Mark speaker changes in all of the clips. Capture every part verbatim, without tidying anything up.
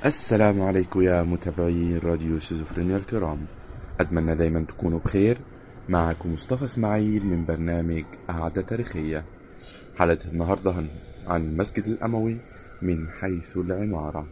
Speaker 1: السلام عليكم يا متابعين راديو شيزوفرينيا الكرام. أتمنى دايما تكونوا بخير. معكم مصطفى اسماعيل من برنامج قعدة تاريخية. حلقة النهاردة هن- عن المسجد الأموي من حيث العمارة.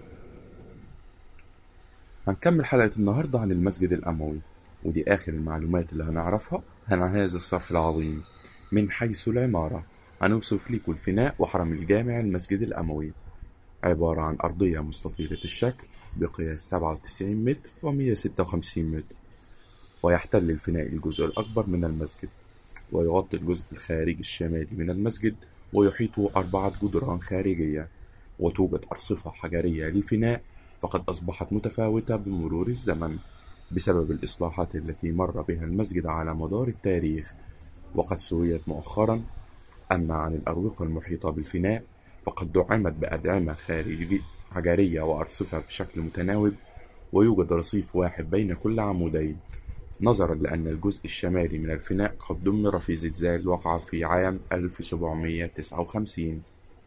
Speaker 1: هنكمل حلقة النهاردة عن المسجد الأموي، ودي آخر المعلومات اللي هنعرفها عن هذا الصرح العظيم. من حيث العمارة هنوصف لكم الفناء وحرم الجامع المسجد الأموي. عبارة عن أرضية مستطيلة الشكل بقياس سبعة وتسعين متر ومئة وستة وخمسين متر، ويحتل الفناء الجزء الأكبر من المسجد، ويغطي الجزء الخارجي الشمالي من المسجد، ويحيطه أربعة جدران خارجية. وتوجد أرصفة حجرية للفناء، فقد أصبحت متفاوتة بمرور الزمن بسبب الإصلاحات التي مر بها المسجد على مدار التاريخ، وقد سويت مؤخرا. أما عن الأروقة المحيطة بالفناء فقد دعمت بأدعمة خارجية حجرية وأرصفة بشكل متناوب، ويوجد رصيف واحد بين كل عمودين، نظرا لأن الجزء الشمالي من الفناء قد دمر في زلزال وقع في عام ألف وسبعمئة وتسعة وخمسين.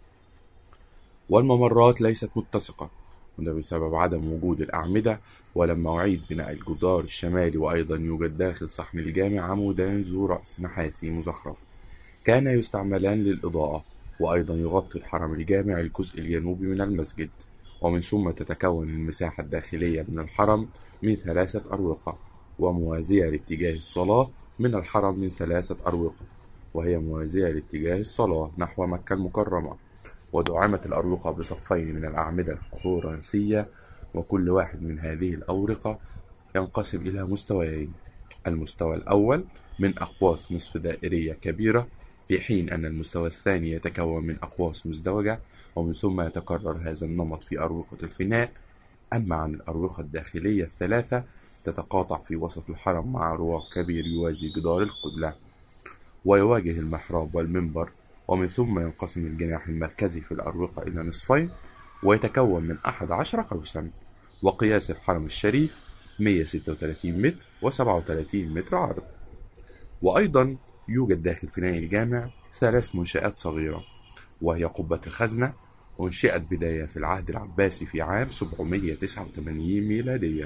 Speaker 1: والممرات ليست متسقة، وده بسبب عدم وجود الأعمدة. ولما أعيد بناء الجدار الشمالي، وأيضا يوجد داخل صحن الجامع عمودان ذو رأس نحاسي مزخرف كان يستعملان للإضاءة، وأيضا يغطي الحرم الجامع الجزء الجنوبي من المسجد. ومن ثم تتكون المساحة الداخلية من الحرم من ثلاثة أروقة، وموازية لاتجاه الصلاة من الحرم من ثلاثة أروقة، وهي موازية لاتجاه الصلاة نحو مكة المكرمة. ودعمت الأروقة بصفين من الأعمدة الخراسية، وكل واحد من هذه الأورقة ينقسم إلى مستويين. المستوى الأول من أقواس نصف دائرية كبيرة، في حين أن المستوى الثاني يتكون من أقواس مزدوجة، ومن ثم يتكرر هذا النمط في أروقة الفناء. أما عن الأروقة الداخلية الثلاثة تتقاطع في وسط الحرم مع رواق كبير يوازي جدار القبلة، ويواجه المحراب والمنبر. ومن ثم ينقسم الجناح المركزي في الأروقة إلى نصفين، ويتكون من أحد عشر قوسا. وقياس الحرم الشريف مئة وستة وثلاثين متر وسبعة وثلاثين متر عرض. وأيضا يوجد داخل فناء الجامع ثلاث منشآت صغيرة، وهي قبة الخزنة، أنشئت بداية في العهد العباسي في عام سبعمئة وتسعة وثمانين ميلادية،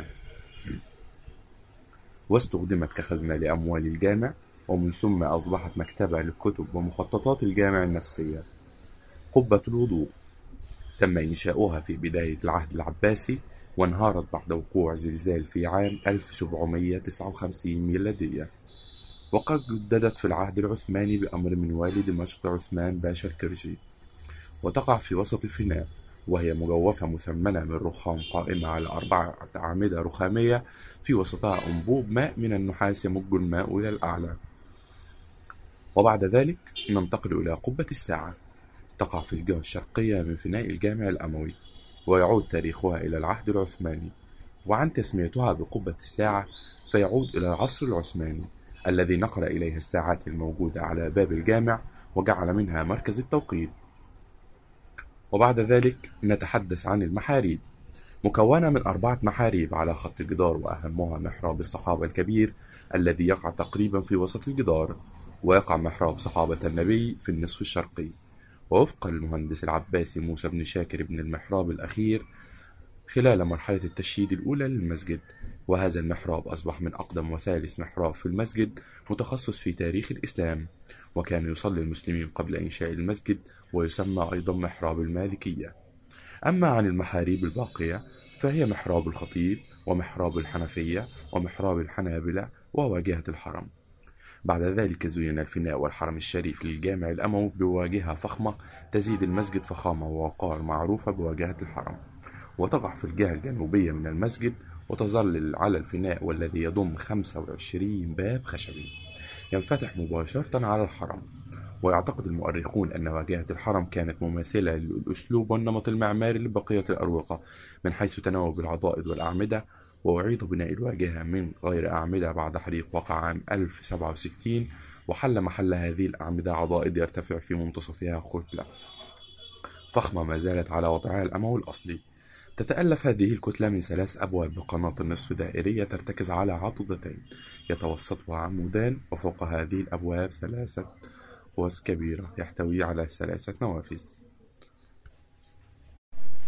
Speaker 1: واستخدمت كخزنة لأموال الجامع. ومن ثم أصبحت مكتبة للكتب ومخططات الجامع النفسية. قبة الوضوء تم إنشاؤها في بداية العهد العباسي، وانهارت بعد وقوع زلزال في عام ألف وسبعمئة وتسعة وخمسين ميلادية، وقد جددت في العهد العثماني بأمر من والي دمشق عثمان باشا الكرجي. وتقع في وسط الفناء، وهي مجوفة مثمنة من رخام قائمة على أربعة أعمدة رخامية، في وسطها أنبوب ماء من النحاس يمج الماء إلى الأعلى. وبعد ذلك ننتقل إلى قبة الساعة، تقع في الجهة الشرقية من فناء الجامع الأموي، ويعود تاريخها إلى العهد العثماني. وعن تسميتها بقبة الساعة فيعود إلى العصر العثماني، الذي نقل إليها الساعات الموجودة على باب الجامع، وجعل منها مركز التوقيت. وبعد ذلك نتحدث عن المحاريب، مكونة من أربعة محاريب على خط الجدار، وأهمها محراب الصحابة الكبير الذي يقع تقريبا في وسط الجدار، ويقع محراب صحابة النبي في النصف الشرقي. ووفقا للمهندس العباسي موسى بن شاكر بن المحراب الأخير خلال مرحلة التشييد الأولى للمسجد، وهذا المحراب أصبح من أقدم وثالث محراب في المسجد متخصص في تاريخ الإسلام، وكان يصلي المسلمين قبل إنشاء المسجد، ويسمى أيضا محراب المالكية. أما عن المحاريب الباقية فهي محراب الخطيب، ومحراب الحنفية، ومحراب الحنابلة، وواجهة الحرم. بعد ذلك زين الفناء والحرم الشريف للجامع الأموي بواجهة فخمة تزيد المسجد فخامة ووقار، معروفة بواجهة الحرم، وتقع في الجهة الجنوبية من المسجد، وتظلل على الفناء، والذي يضم خمسة وعشرين باب خشبي ينفتح مباشرة على الحرم. ويعتقد المؤرخون أن واجهة الحرم كانت مماثلة للأسلوب والنمط المعماري لبقية الأروقة من حيث تناوب العضائد والأعمدة. وأعيد بناء الواجهة من غير أعمدة بعد حريق وقع عام ألف وسبعة وستين، وحل محل هذه الأعمدة عضائد يرتفع في منتصفها كتلة فخمة ما زالت على وضعها الأموي الأصلي. تتألف هذه الكتلة من ثلاث أبواب بقناة نصف دائرية ترتكز على عضدتين يتوسطها عمودان، وفوق هذه الأبواب ثلاثة قوس كبيرة يحتوي على ثلاثة نوافذ.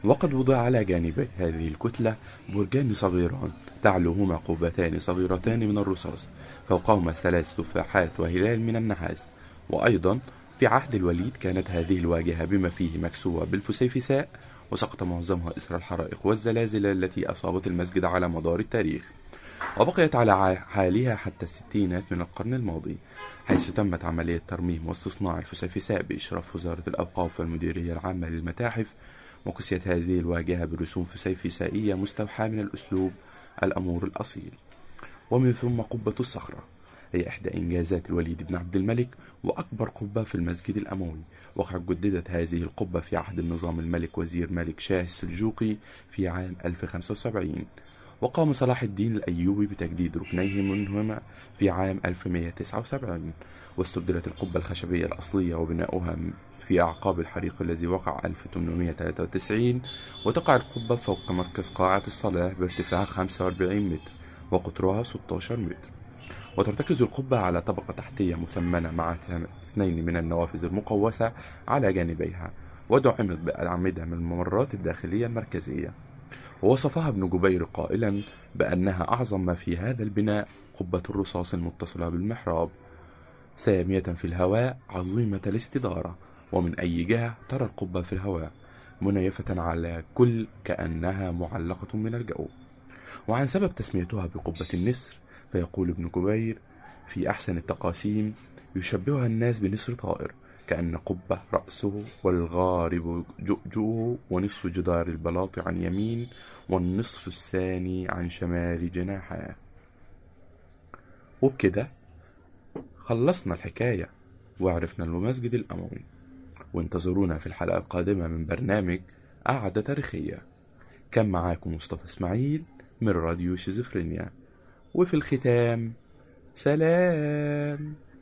Speaker 1: وقد وضع على جانبي هذه الكتلة برجان صغيران تعلوهما قبتان صغيرتان من الرصاص، فوقهما ثلاث تفاحات وهلال من النحاس. وأيضا في عهد الوليد كانت هذه الواجهة بما فيه مكسوة بالفسيفساء، وسقط معظمها إثر الحرائق والزلازل التي أصابت المسجد على مدار التاريخ، وبقيت على حالها حتى الستينات من القرن الماضي، حيث تمت عملية ترميم واستصناع الفسيفساء بإشراف وزارة الأوقاف والمديرية العامة للمتاحف. وكسيت هذه الواجهة برسوم فسيفسائية مستوحاة من الأسلوب الأمور الأصيل. ومن ثم قبة الصخرة، هي إحدى إنجازات الوليد بن عبد الملك وأكبر قبة في المسجد الأموي، وقد جددت هذه القبة في عهد النظام الملك وزير ملك شاه السلجوقي في عام ألف وخمسة وسبعين، وقام صلاح الدين الأيوبي بتجديد ركنيه منهما في عام ألف ومئة وتسعة وسبعين، واستبدلت القبة الخشبية الأصلية وبناؤها في أعقاب الحريق الذي وقع ألف وثمانمئة وثلاثة وتسعين. وتقع القبة فوق مركز قاعة الصلاة بارتفاع خمسة وأربعين متر وقطرها ستة عشر متر، وترتكز القبة على طبقة تحتية مثمنة مع اثنين من النوافذ المقوسة على جانبيها، ودعمت بأعمدة من الممرات الداخلية المركزية. ووصفها ابن جبير قائلا بأنها أعظم ما في هذا البناء قبة الرصاص المتصلة بالمحراب، سامية في الهواء عظيمة الاستدارة، ومن أي جهة ترى القبة في الهواء منيفة على كل كأنها معلقة من الجو. وعن سبب تسميتها بقبة النسر، فيقول ابن جبير في أحسن التقاسيم: يشبهها الناس بنسر طائر، كأن قبة رأسه والغارب جؤجؤه، ونصف جدار البلاط عن يمين والنصف الثاني عن شمال جناحه. وبكده خلصنا الحكاية وعرفنا المسجد الأموي، وانتظرونا في الحلقة القادمة من برنامج قعدة تاريخية. كان معاكم مصطفى اسماعيل من راديو شيزوفرينيا، وفي الختام سلام.